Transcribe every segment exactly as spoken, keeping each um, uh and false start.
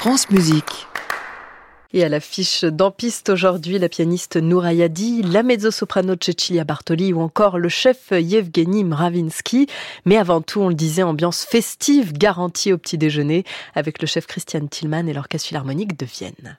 France Musique. Et à l'affiche d'En Piste aujourd'hui, la pianiste Noura Yadi, la mezzo-soprano Cecilia Bartoli ou encore le chef Yevgeny Mravinsky. Mais avant tout, on le disait, ambiance festive garantie au petit déjeuner avec le chef Christian Tillmann et l'Orchestre Philharmonique de Vienne.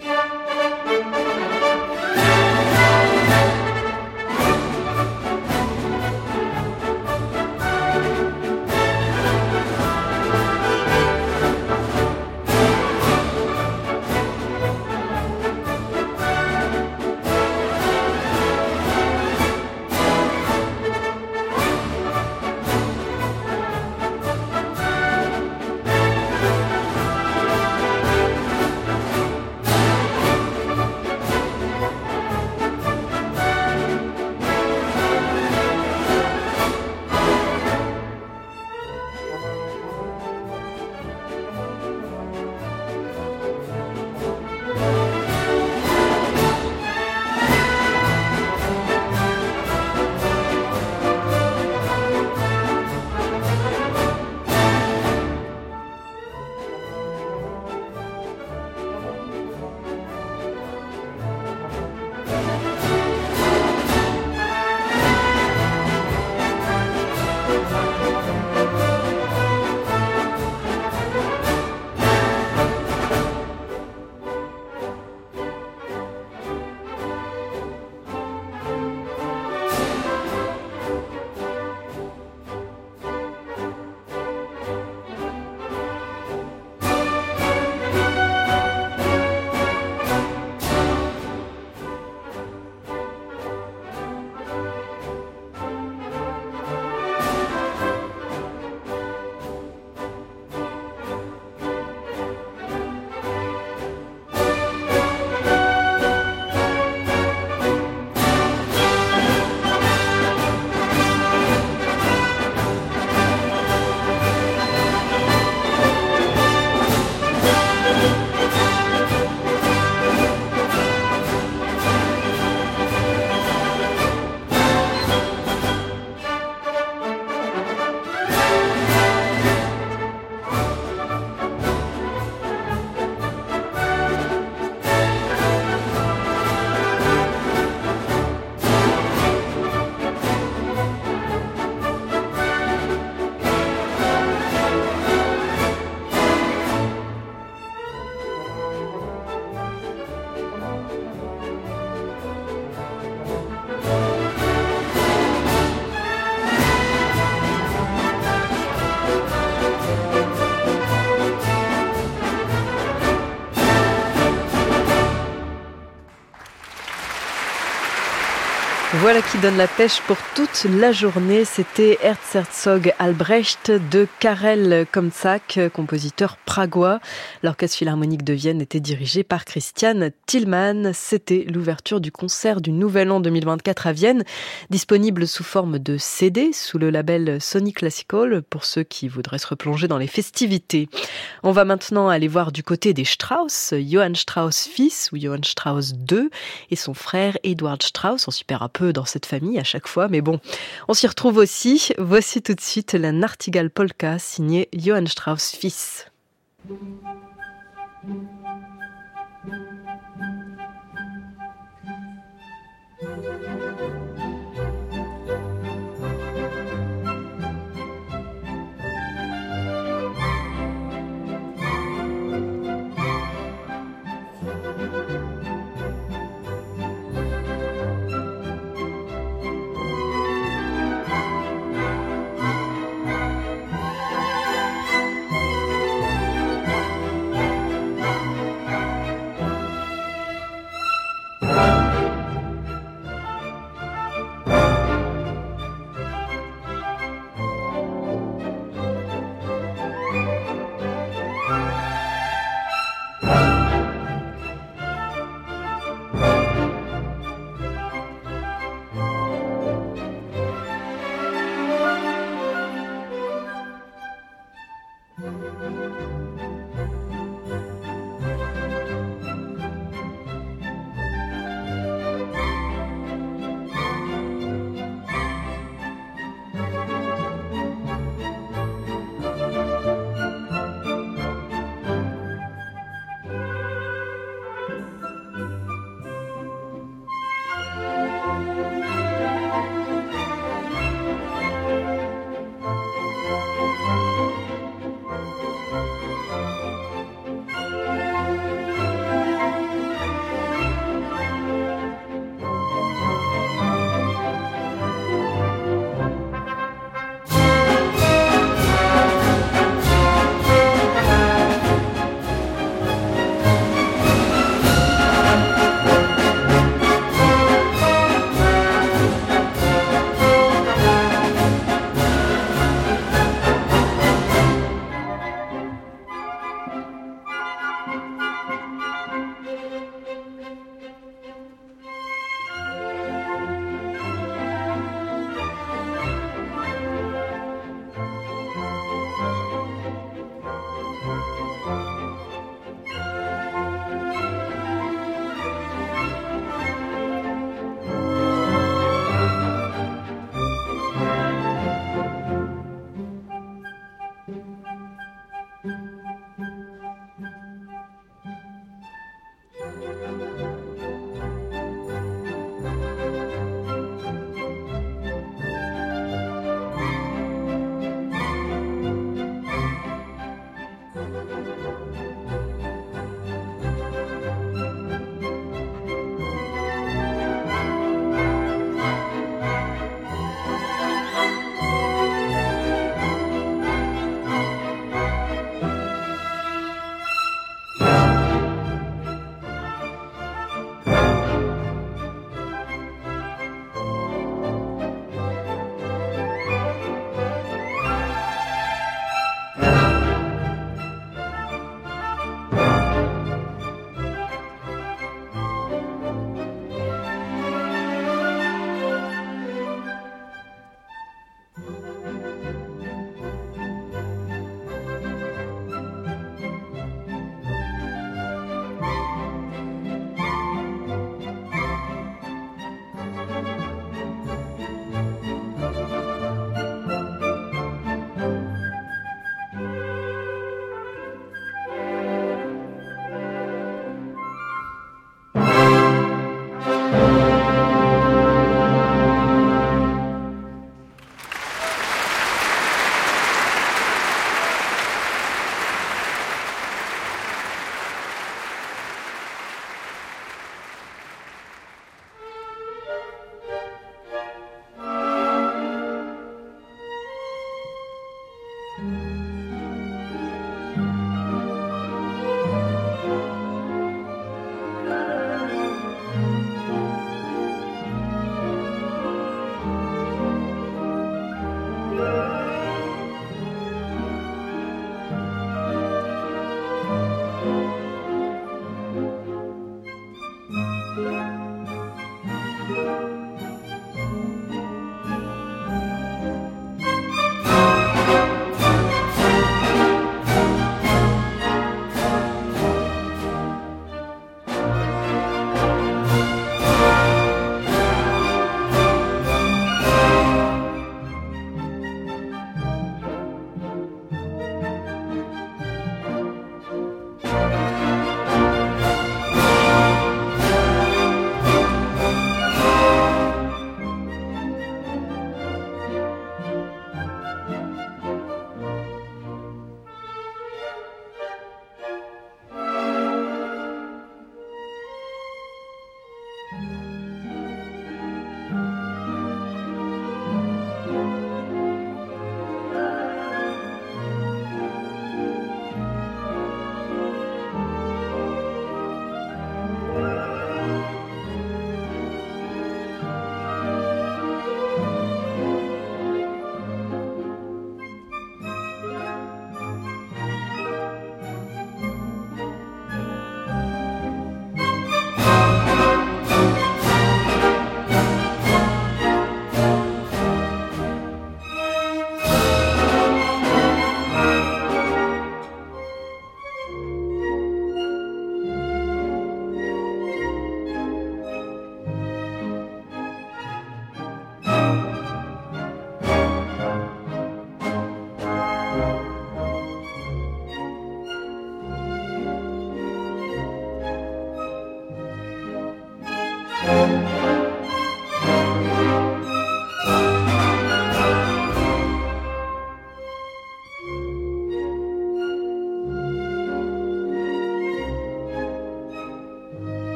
Voilà qui donne la pêche pour toute la journée. C'était Erzherzog Albrecht de Karel Komczak, compositeur pragois. L'Orchestre Philharmonique de Vienne était dirigé par Christian Tillmann. C'était l'ouverture du concert du Nouvel An deux mille vingt-quatre à Vienne, disponible sous forme de C D sous le label Sony Classical pour ceux qui voudraient se replonger dans les festivités. On va maintenant aller voir du côté des Strauss, Johann Strauss fils ou Johann Strauss deux et son frère Eduard Strauss. On s'y perd un peu dans cette famille à chaque fois, mais bon, on s'y retrouve aussi. Voici tout de suite la Nachtigall Polka signée Johann Strauss fils.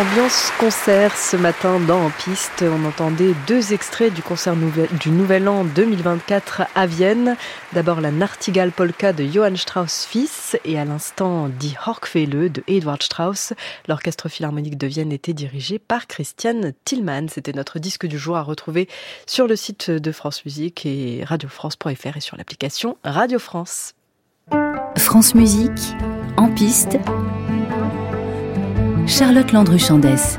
Ambiance concert ce matin dans En Piste. On entendait deux extraits du concert nouvel, du Nouvel An deux mille vingt-quatre à Vienne. D'abord la Nachtigall Polka de Johann Strauss fils et à l'instant Die Horchwelle de Eduard Strauss. L'Orchestre Philharmonique de Vienne était dirigé par Christian Tillmann. C'était notre disque du jour à retrouver sur le site de France Musique et radio france point f r et sur l'application Radio France. France Musique, En Piste, Charlotte Landru-Chandès.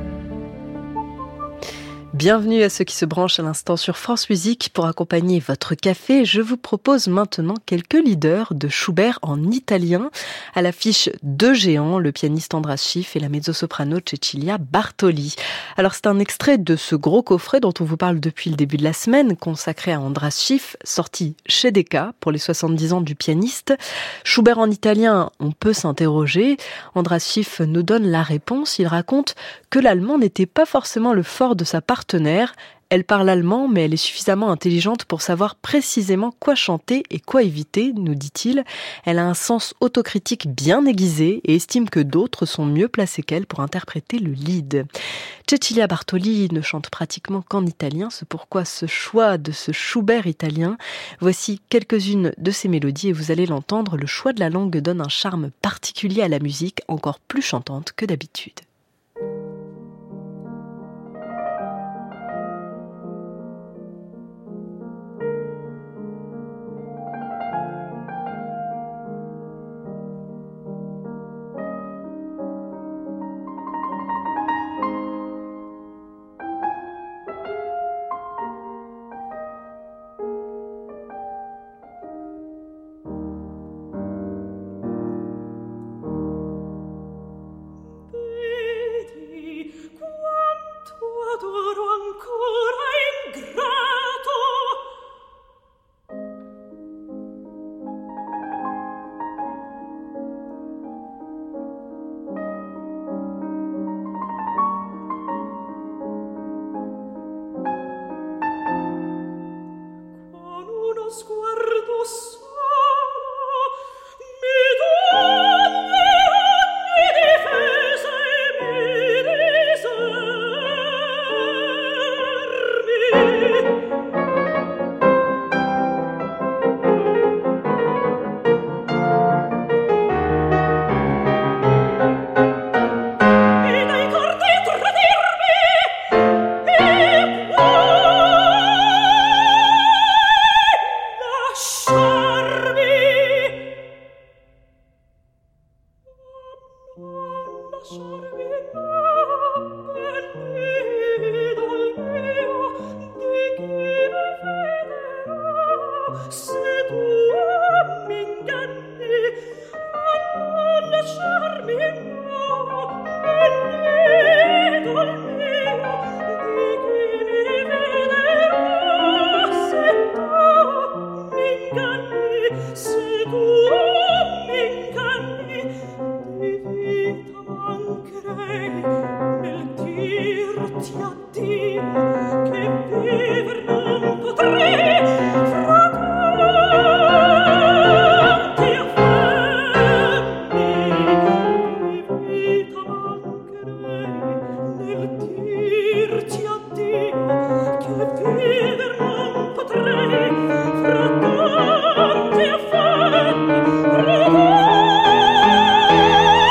Bienvenue à ceux qui se branchent à l'instant sur France Musique. Pour accompagner votre café, je vous propose maintenant quelques leaders de Schubert en italien. À l'affiche deux géants, le pianiste Andras Schiff et la mezzo-soprano Cecilia Bartoli. Alors c'est un extrait de ce gros coffret dont on vous parle depuis le début de la semaine, consacré à Andras Schiff, sorti chez Decca pour les soixante-dix ans du pianiste. Schubert en italien, on peut s'interroger. Andras Schiff nous donne la réponse. Il raconte que l'allemand n'était pas forcément le fort de sa partenaire. Elle parle allemand, mais elle est suffisamment intelligente pour savoir précisément quoi chanter et quoi éviter, nous dit-il. Elle a un sens autocritique bien aiguisé et estime que d'autres sont mieux placés qu'elle pour interpréter le lead. Cecilia Bartoli ne chante pratiquement qu'en italien, c'est pourquoi ce choix de ce Schubert italien. Voici quelques-unes de ses mélodies et vous allez l'entendre, le choix de la langue donne un charme particulier à la musique, encore plus chantante que d'habitude.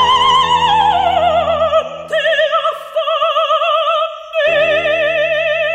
Thank you.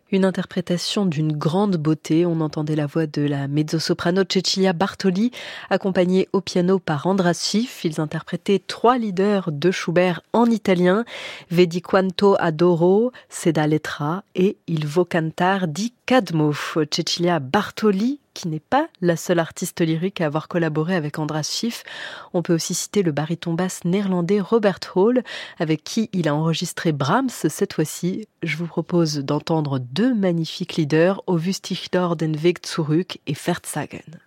Une interprétation d'une grande beauté. On entendait la voix de la mezzo-soprano Cecilia Bartoli, accompagnée au piano par Andras Schiff. Ils interprétaient trois leaders de Schubert en italien, Vedi quanto adoro, Seda letra et Il vo cantar di Cadmo. Cecilia Bartoli, qui n'est pas la seule artiste lyrique à avoir collaboré avec Andras Schiff. On peut aussi citer le baryton basse néerlandais Robert Hall, avec qui il a enregistré Brahms cette fois-ci. Je vous propose d'entendre deux magnifiques leaders, Au wüsste ich dort den Weg zurück et Verzagen.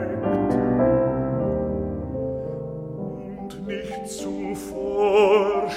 Nicht zu forschen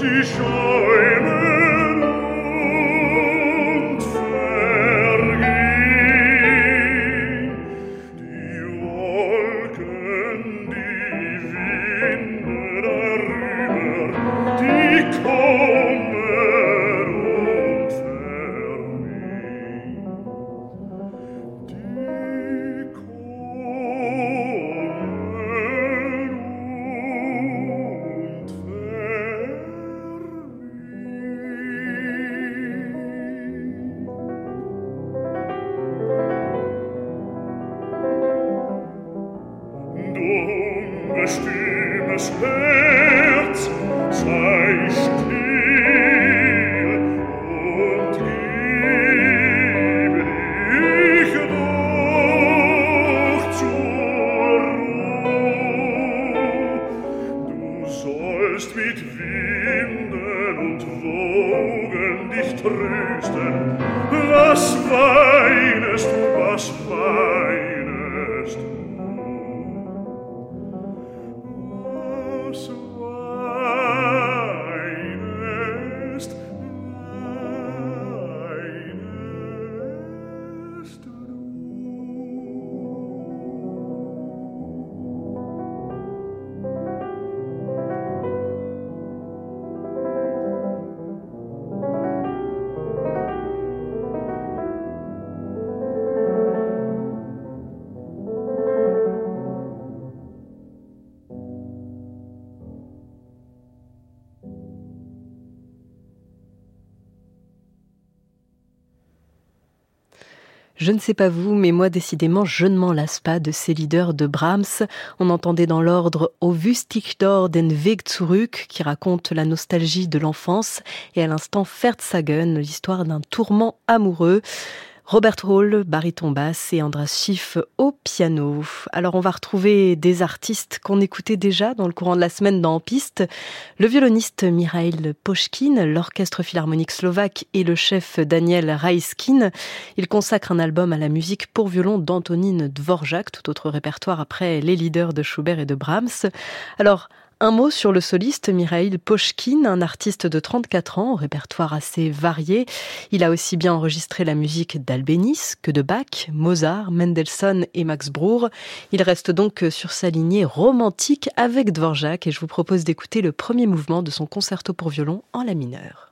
Je ne sais pas vous, mais moi décidément je ne m'en lasse pas de ces leaders de Brahms. On entendait dans l'ordre Au Wüstig dort den Weg zurück, qui raconte la nostalgie de l'enfance, et à l'instant Versagen, l'histoire d'un tourment amoureux. Robert Hall, baryton basse, et Andras Schiff au piano. Alors on va retrouver des artistes qu'on écoutait déjà dans le courant de la semaine dans En Piste. Le violoniste Mikhail Pochkin, l'orchestre philharmonique slovaque et le chef Daniel Raiskin. Il consacre un album à la musique pour violon d'Antonín Dvořák, tout autre répertoire après les leaders de Schubert et de Brahms. Alors, un mot sur le soliste Mikhail Pochkin, un artiste de trente-quatre ans, au répertoire assez varié. Il a aussi bien enregistré la musique d'Albéniz que de Bach, Mozart, Mendelssohn et Max Bruch. Il reste donc sur sa lignée romantique avec Dvořák et je vous propose d'écouter le premier mouvement de son concerto pour violon en la mineur.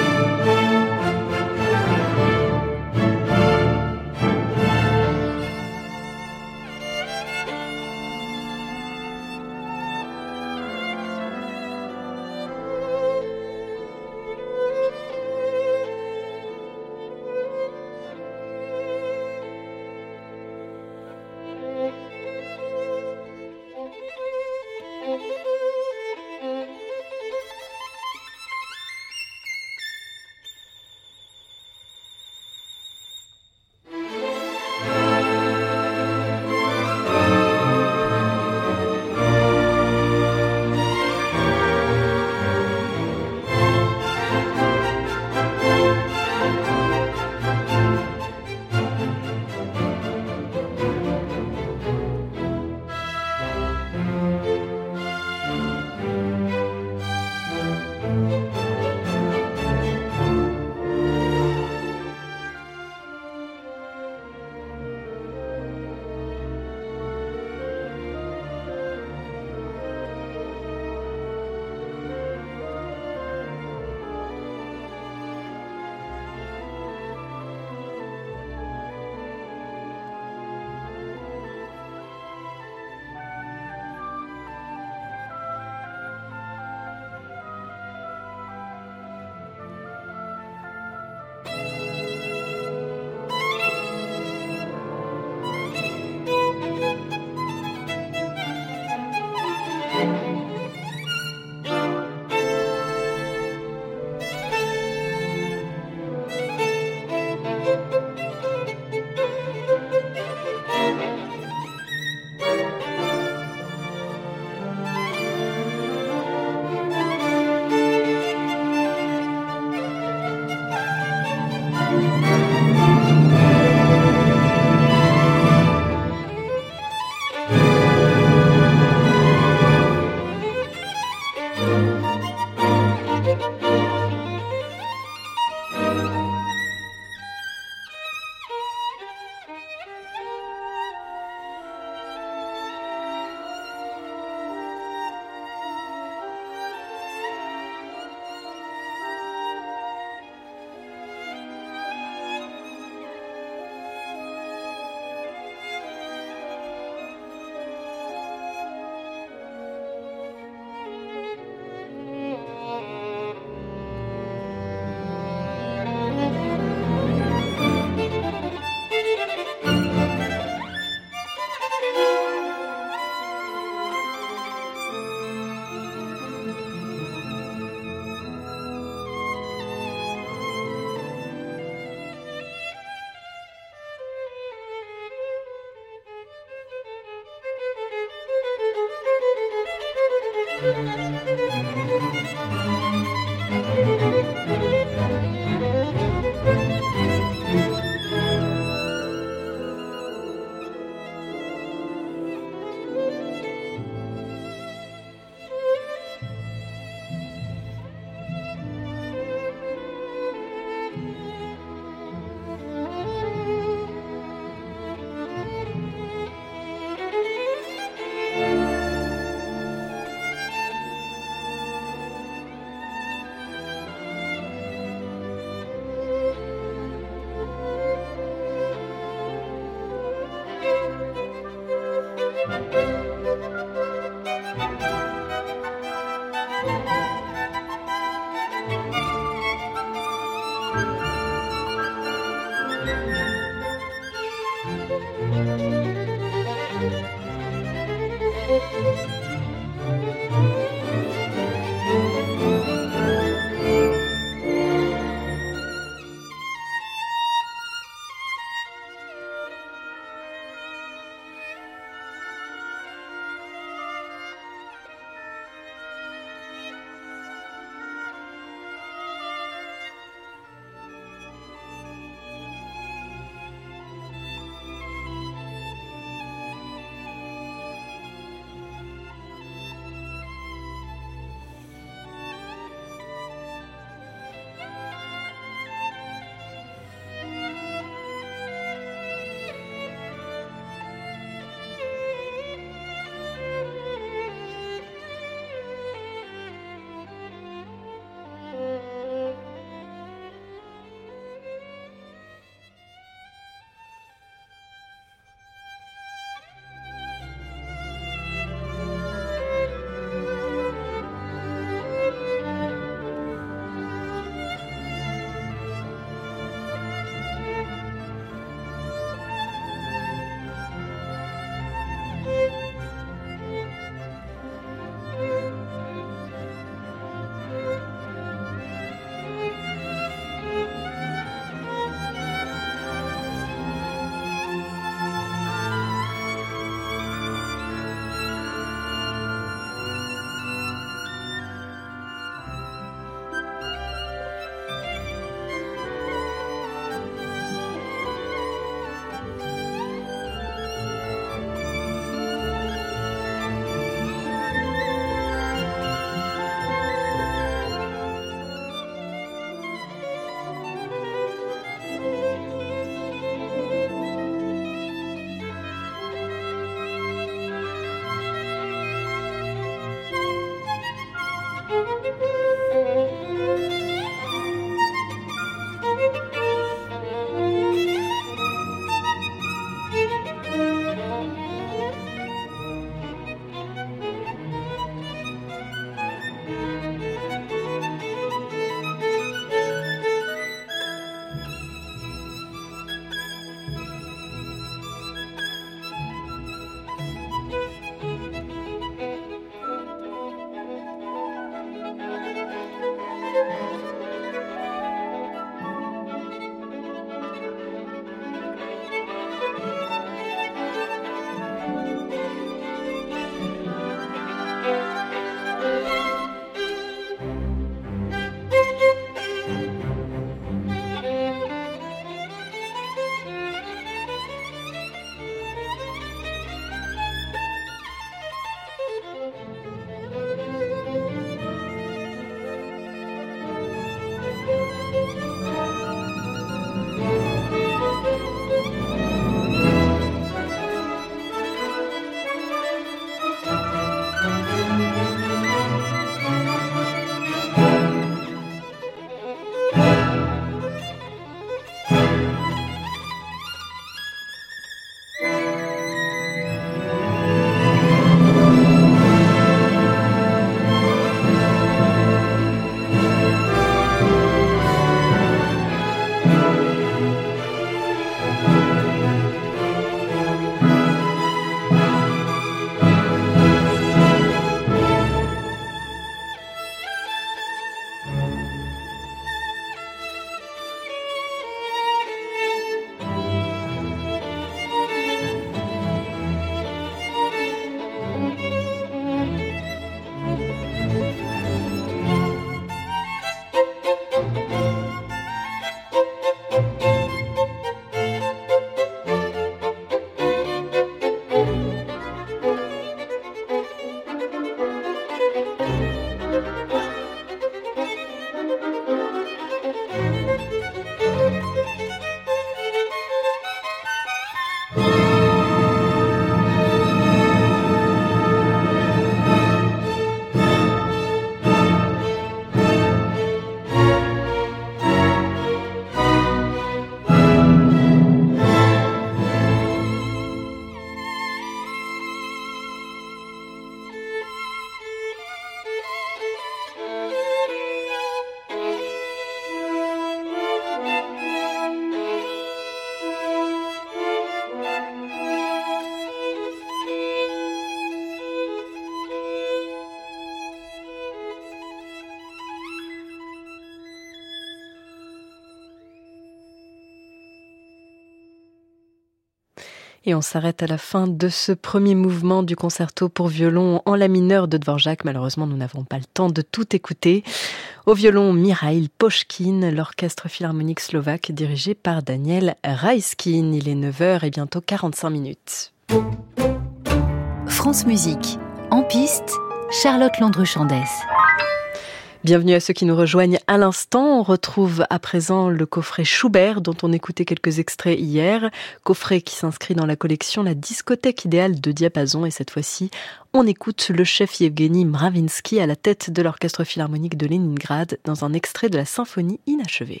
Et on s'arrête à la fin de ce premier mouvement du concerto pour violon en la mineur de Dvorak. Malheureusement, nous n'avons pas le temps de tout écouter. Au violon, Mikhaïl Pochkine, l'orchestre philharmonique slovaque dirigé par Daniel Raiskin. Il est neuf heures et bientôt quarante-cinq minutes. France Musique, en piste, Charlotte Landru-Chandès. Bienvenue à ceux qui nous rejoignent à l'instant. On retrouve à présent le coffret Schubert dont on écoutait quelques extraits hier. Coffret qui s'inscrit dans la collection La discothèque idéale de diapason. Et cette fois-ci, on écoute le chef Yevgeny Mravinsky à la tête de l'orchestre philharmonique de Leningrad dans un extrait de la symphonie inachevée.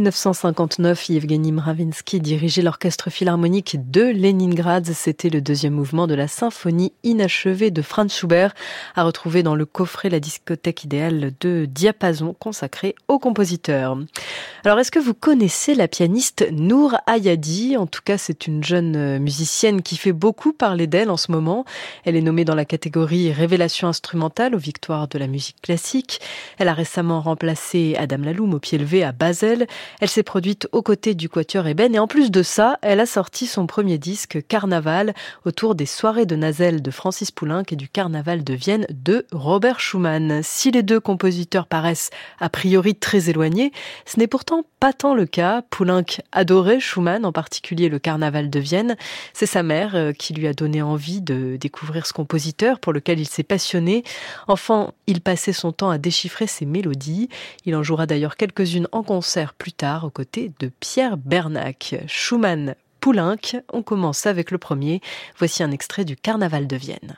dix-neuf cent cinquante-neuf, Yevgeny Mravinsky dirigeait l'orchestre philharmonique de Leningrad. C'était le deuxième mouvement de la symphonie inachevée de Franz Schubert, à retrouver dans le coffret La discothèque idéale de Diapason consacré au compositeur. Alors, est-ce que vous connaissez la pianiste Nour Ayadi ? En tout cas, c'est une jeune musicienne qui fait beaucoup parler d'elle en ce moment. Elle est nommée dans la catégorie Révélation instrumentale aux victoires de la musique classique. Elle a récemment remplacé Adam Laloum au pied levé à Basel. Elle s'est produite aux côtés du Quatuor Eben et en plus de ça, elle a sorti son premier disque Carnaval autour des soirées de Nazel de Francis Poulenc et du Carnaval de Vienne de Robert Schumann. Si les deux compositeurs paraissent a priori très éloignés, ce n'est pourtant pas tant le cas. Poulenc adorait Schumann, en particulier le Carnaval de Vienne. C'est sa mère qui lui a donné envie de découvrir ce compositeur pour lequel il s'est passionné. Enfant, il passait son temps à déchiffrer ses mélodies. Il en jouera d'ailleurs quelques-unes en concert plus tard aux côtés de Pierre Bernac. Schumann, Poulenc, on commence avec le premier. Voici un extrait du Carnaval de Vienne.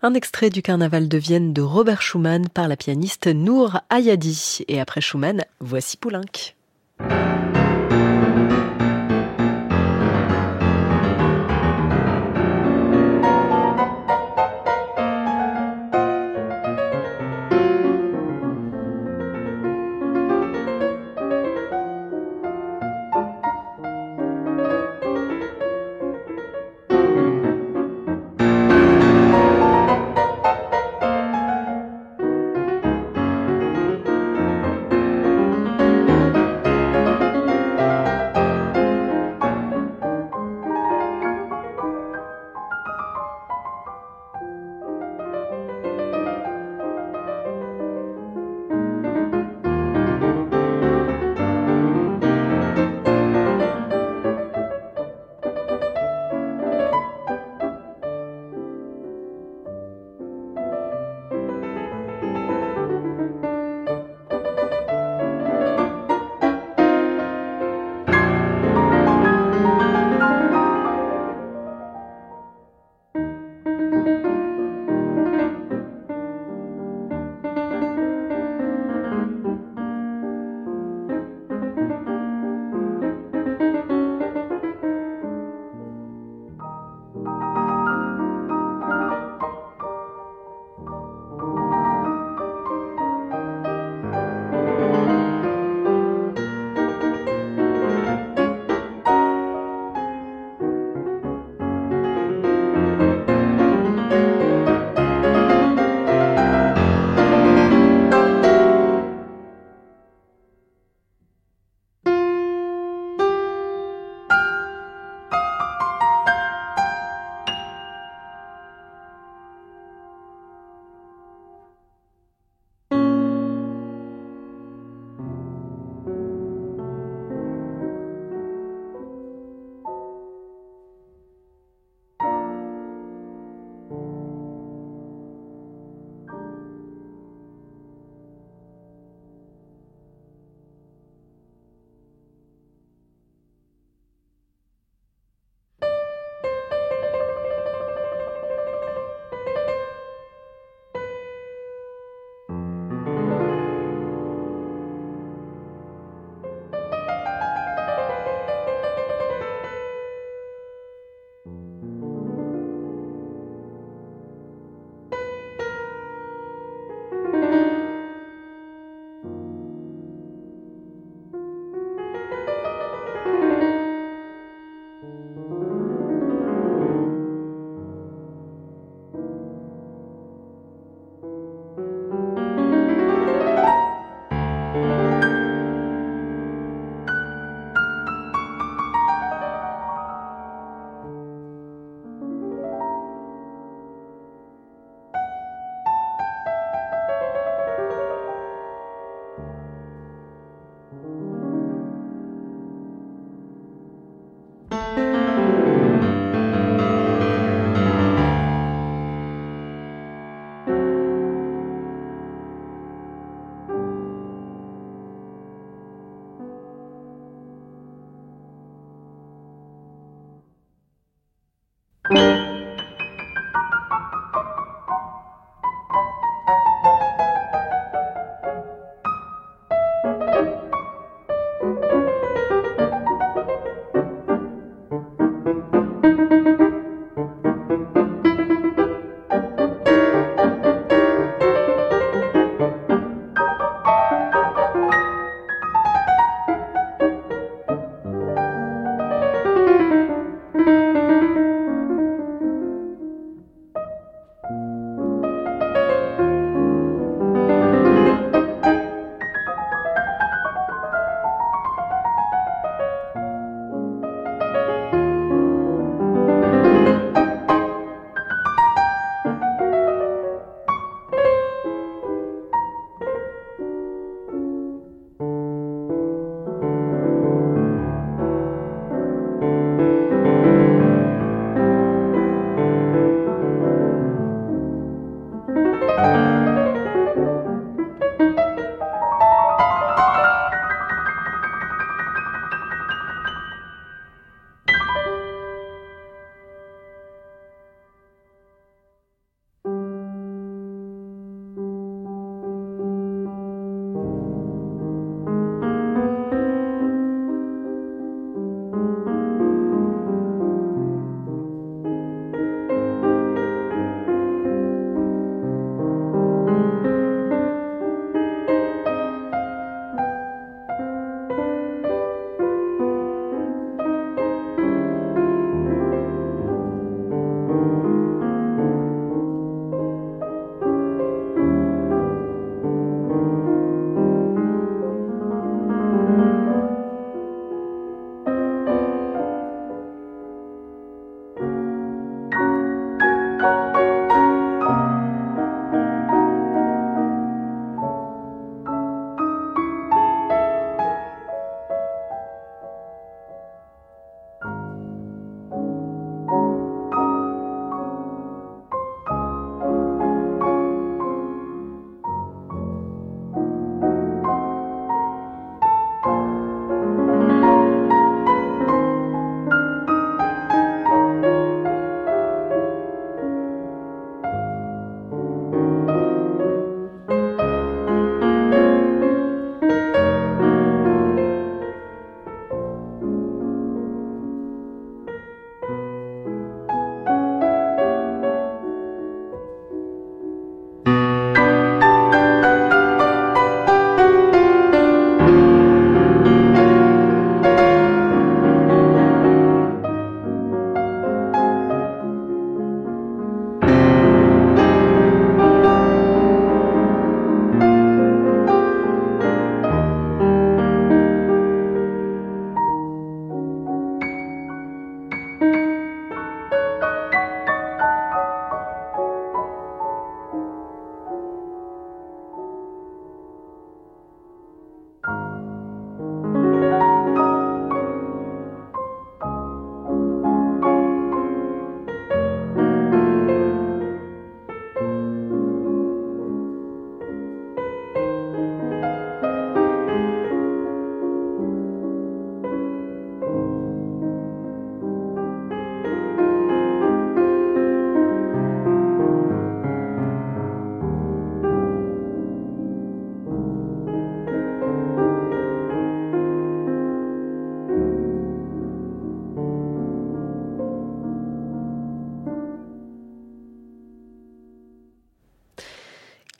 Un extrait du Carnaval de Vienne de Robert Schumann par la pianiste Nour Ayadi. Et après Schumann, voici Poulenc.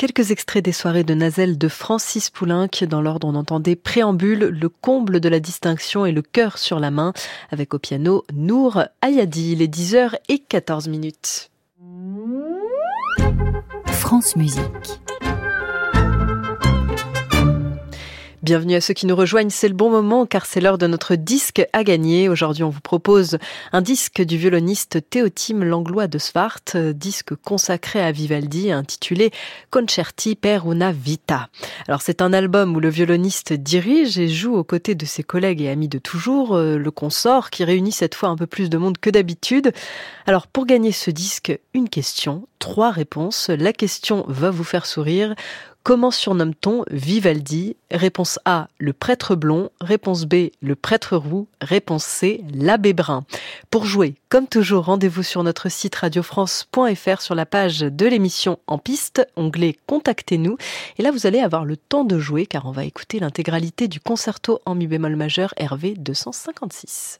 quelques extraits des soirées de Nazel de Francis Poulenc. Dans l'ordre, on entendait Préambule, Le comble de la distinction et Le cœur sur la main, avec au piano Nour Ayadi. Il est dix heures quatorze minutes. France Musique. Bienvenue à ceux qui nous rejoignent, c'est le bon moment car c'est l'heure de notre disque à gagner. Aujourd'hui, on vous propose un disque du violoniste Théotime Langlois de Svart, disque consacré à Vivaldi intitulé Concerti per una vita. Alors c'est un album où le violoniste dirige et joue aux côtés de ses collègues et amis de toujours, le Consort, qui réunit cette fois un peu plus de monde que d'habitude. Alors pour gagner ce disque, une question, trois réponses. La question va vous faire sourire. Comment surnomme-t-on Vivaldi ? Réponse A, le prêtre blond. Réponse B, le prêtre roux. Réponse C, l'abbé brun. Pour jouer, comme toujours, rendez-vous sur notre site radio france point f r sur la page de l'émission En Piste, onglet Contactez-nous. Et là, vous allez avoir le temps de jouer car on va écouter l'intégralité du concerto en mi bémol majeur R V deux cent cinquante-six.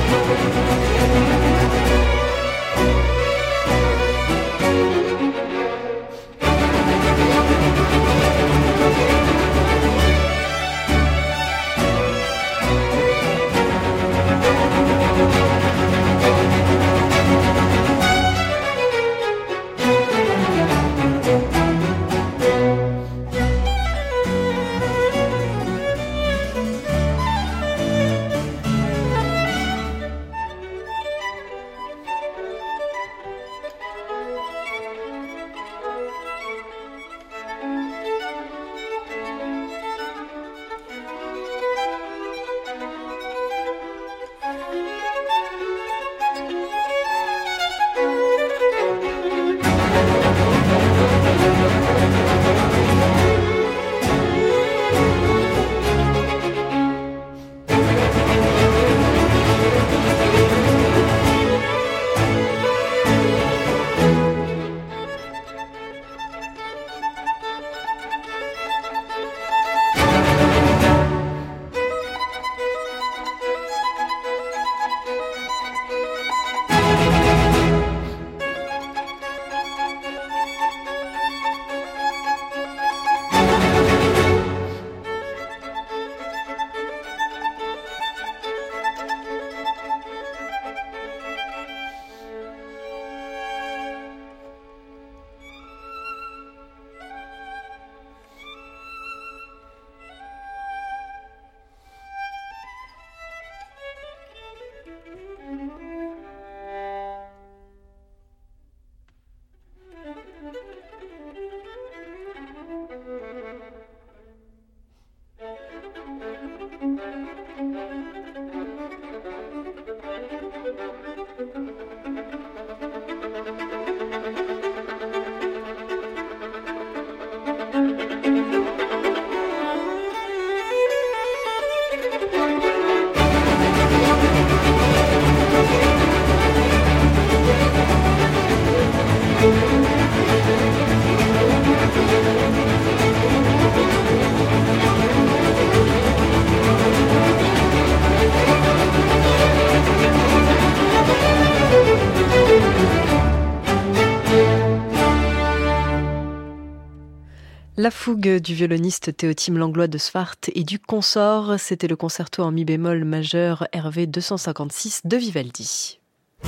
La fougue du violoniste Théotime Langlois de Swart et du consort, c'était le concerto en mi bémol majeur R V deux cent cinquante-six de Vivaldi.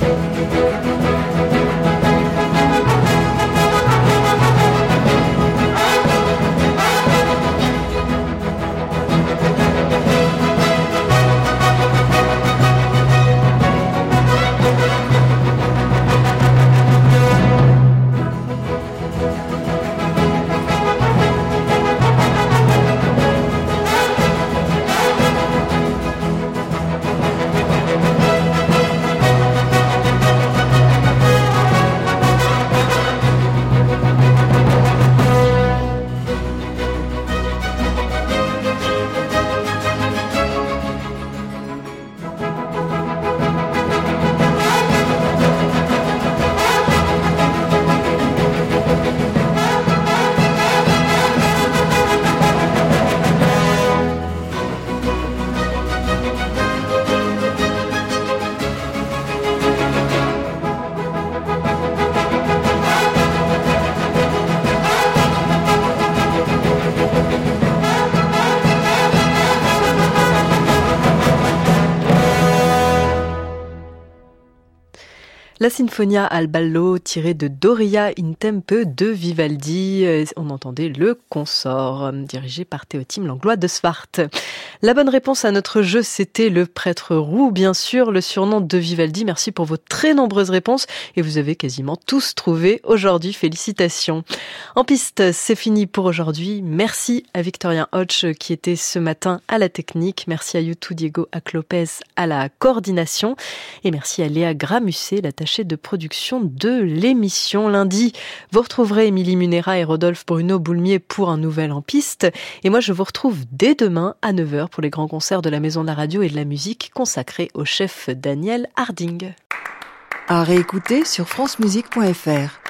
La Sinfonia al ballo tirée de Doria in Tempe de Vivaldi. On entendait le consort dirigé par Théotime Langlois de Swart. La bonne réponse à notre jeu, c'était le prêtre roux, bien sûr, le surnom de Vivaldi. Merci pour vos très nombreuses réponses et vous avez quasiment tous trouvé aujourd'hui. Félicitations. En piste, c'est fini pour aujourd'hui. Merci à Victorien Hodge qui était ce matin à la technique. Merci à Youtou Diego Aclopez à la coordination et merci à Léa Gramusset, l'attachée de production de l'émission. Lundi, vous retrouverez Émilie Munera et Rodolphe Bruno Boulmier pour un nouvel En Piste. Et moi, je vous retrouve dès demain à neuf heures pour les grands concerts de la Maison de la Radio et de la Musique consacrés au chef Daniel Harding. À réécouter sur francemusique point f r.